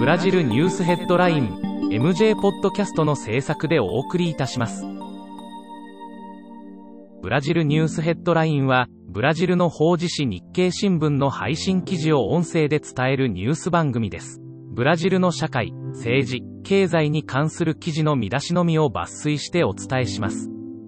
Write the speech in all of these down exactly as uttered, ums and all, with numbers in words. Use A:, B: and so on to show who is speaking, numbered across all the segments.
A: ブラジルニュースヘッドライン エムジェー ポッドキャストの制作でお送りいたします。ブラジルニュースヘッドラインは、ブラジルの法事紙日経新聞の配信記事を音声で伝えるニュース番組です。ブラジルの社会、政治、経済に関する記事の見出しのみを抜粋してお伝えします。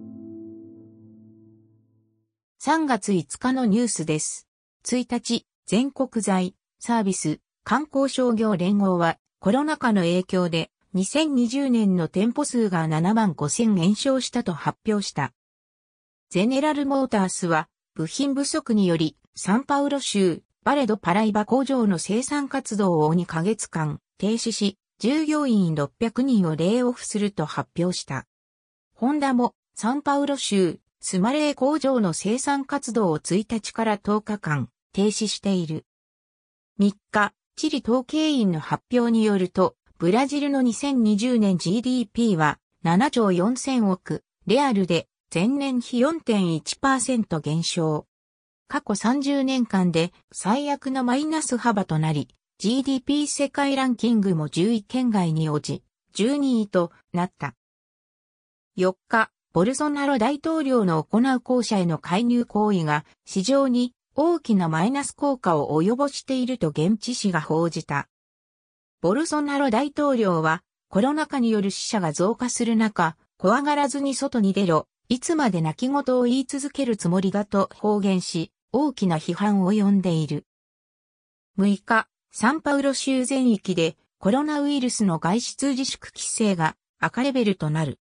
B: さんがついつかのニュースです。ついたち、全国財、サービス、観光商業連合は、コロナ禍の影響で、にせんにじゅうねんの店舗数がななまんごせん減少したと発表した。ゼネラルモータースは、部品不足により、サンパウロ州、バレドパライバ工場の生産活動をにかげつかん停止し、従業員ろっぴゃくにんをレイオフすると発表した。ホンダも、サンパウロ州、スマレー工場の生産活動をついたちからとおかかん停止している。みっか、チリ統計院の発表によると、ブラジルのにせんにじゅうねん ジーディーピー はななちょうよんせんおく、レアルで前年比 よんてんいちパーセント 減少。過去さんじゅうねんかんで最悪のマイナス幅となり、ジーディーピー 世界ランキングもじゅういけん外に落ち、じゅうにいとなった。よっか、ボルソナロ大統領の行う公社への介入行為が市場に大きなマイナス効果を及ぼしていると現地紙が報じた。ボルソナロ大統領はコロナ禍による死者が増加する中、怖がらずに外に出ろ、いつまで泣き言を言い続けるつもりだと公言し、大きな批判を呼んでいる。むいか、サンパウロ州全域でコロナウイルスの外出自粛規制が赤レベルとなる。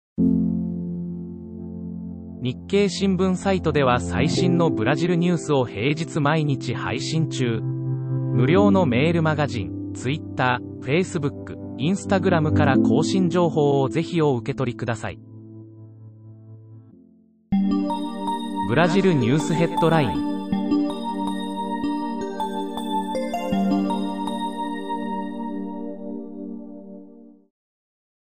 A: 日経新聞サイトでは最新のブラジルニュースを平日毎日配信中。無料のメールマガジン、Twitter、Facebook、Instagram から更新情報をぜひお受け取りください。ブラジルニュースヘッドライン